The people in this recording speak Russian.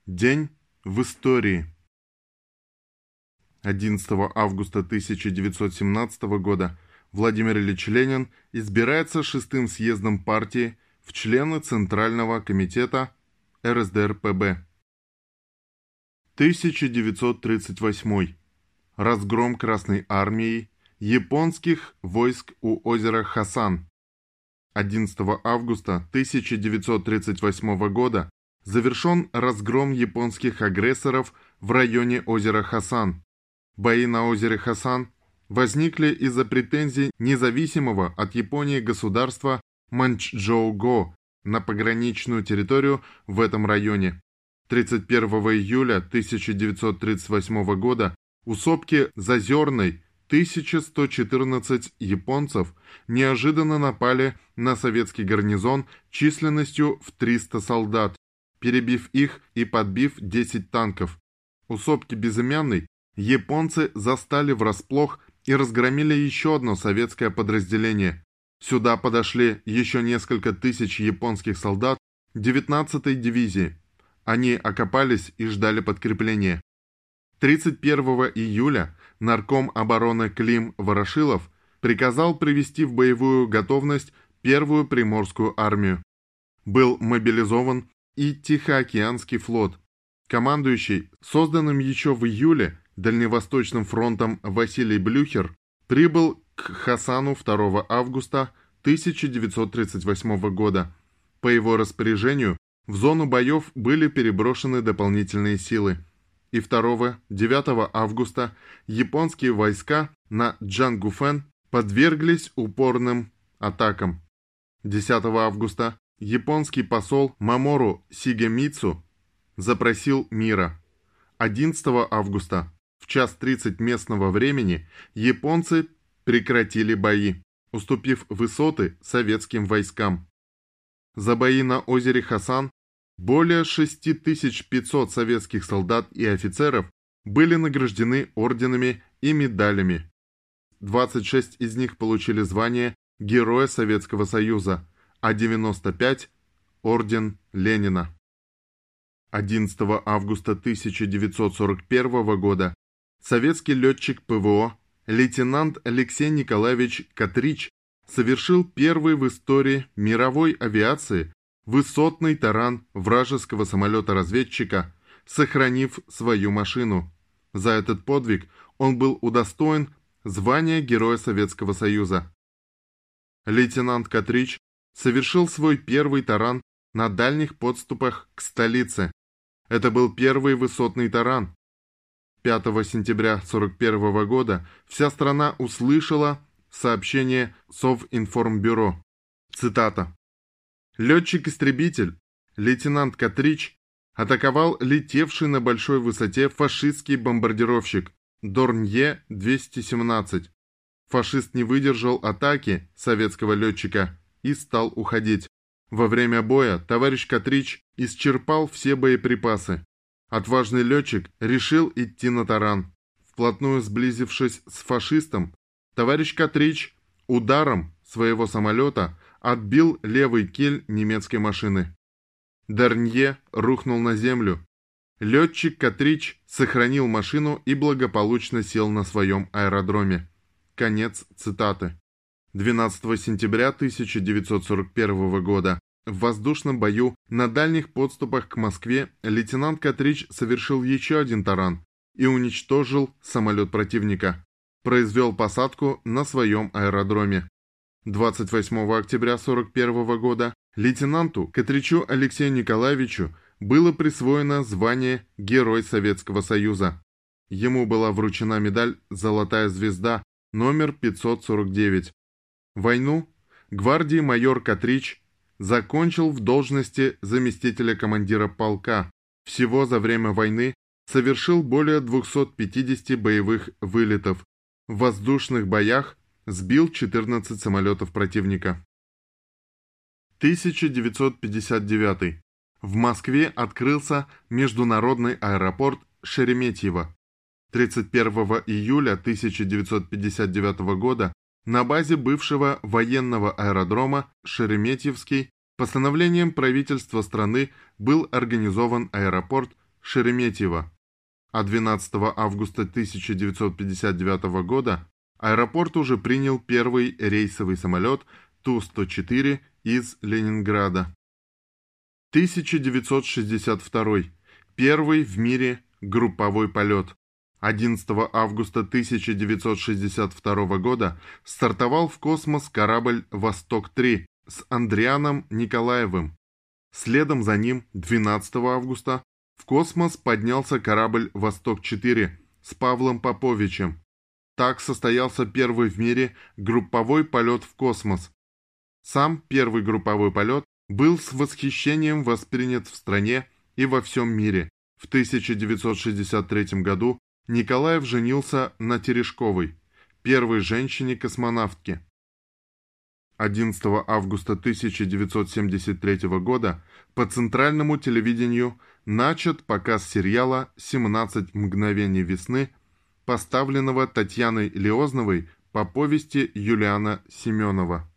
День в истории. 11 августа 1917 года Владимир Ильич Ленин избирается шестым съездом партии в члены Центрального комитета РСДРПб. 1938. Разгром Красной армией японских войск у озера Хасан. 11 августа 1938 года завершен разгром японских агрессоров в районе озера Хасан. Бои на озере Хасан возникли из-за претензий независимого от Японии государства Маньчжоу-го на пограничную территорию в этом районе. 31 июля 1938 года у сопки Зазерной 1114 японцев неожиданно напали на советский гарнизон численностью в 300 солдат, перебив их и подбив 10 танков. У сопки Безымянной японцы застали врасплох и разгромили еще одно советское подразделение. Сюда подошли еще несколько тысяч японских солдат 19-й дивизии. Они окопались и ждали подкрепления. 31 июля нарком обороны Клим Ворошилов приказал привести в боевую готовность первую Приморскую армию. Был мобилизован и Тихоокеанский флот. Командующий, созданным еще в июле, Дальневосточным фронтом Василий Блюхер прибыл к Хасану 2 августа 1938 года. По его распоряжению в зону боев были переброшены дополнительные силы. И 2-9 августа японские войска на Джангуфен подверглись упорным атакам. 10 августа японский посол Мамору Сигемицу запросил мира. 11 августа в 1:30 местного времени японцы прекратили бои, уступив высоты советским войскам. За бои на озере Хасан более 6500 советских солдат и офицеров были награждены орденами и медалями. 26 из них получили звание Героя Советского Союза, а 95 – Орден Ленина. 11 августа 1941 года советский летчик ПВО лейтенант Алексей Николаевич Катрич совершил первый в истории мировой авиации высотный таран вражеского самолета-разведчика, сохранив свою машину. За этот подвиг он был удостоен звания Героя Советского Союза. Лейтенант Катрич совершил свой первый таран на дальних подступах к столице. Это был первый высотный таран. 5 сентября 1941 года вся страна услышала сообщение Совинформбюро. Цитата. «Летчик-истребитель, лейтенант Катрич, атаковал летевший на большой высоте фашистский бомбардировщик Дорнье-217. Фашист не выдержал атаки советского летчика и стал уходить. Во время боя товарищ Катрич исчерпал все боеприпасы. Отважный летчик решил идти на таран. Вплотную сблизившись с фашистом, товарищ Катрич ударом своего самолета отбил левый киль немецкой машины. Дорнье рухнул на землю. Летчик Катрич сохранил машину и благополучно сел на своем аэродроме». Конец цитаты. 12 сентября 1941 года в воздушном бою на дальних подступах к Москве лейтенант Катрич совершил еще один таран и уничтожил самолет противника. Произвел посадку на своем аэродроме. 28 октября 1941 года лейтенанту Катричу Алексею Николаевичу было присвоено звание Герой Советского Союза. Ему была вручена медаль «Золотая звезда» номер 549. Войну гвардии майор Катрич закончил в должности заместителя командира полка. Всего за время войны совершил более 250 боевых вылетов. В воздушных боях сбил 14 самолетов противника. 1959. В Москве открылся международный аэропорт Шереметьево. 31 июля 1959 года на базе бывшего военного аэродрома Шереметьевский постановлением правительства страны был организован аэропорт Шереметьево. А 12 августа 1959 года аэропорт уже принял первый рейсовый самолет Ту-104 из Ленинграда. 1962. Первый в мире групповой полет. 11 августа 1962 года стартовал в космос корабль «Восток-3» с Андрианом Николаевым. Следом за ним 12 августа в космос поднялся корабль «Восток-4» с Павлом Поповичем. Так состоялся первый в мире групповой полет в космос. Сам первый групповой полет был с восхищением воспринят в стране и во всем мире. В 1963 году Николаев женился на Терешковой, первой женщине-космонавтке. 11 августа 1973 года по центральному телевидению начат показ сериала «17 мгновений весны», поставленного Татьяной Леозновой по повести Юлиана Семенова.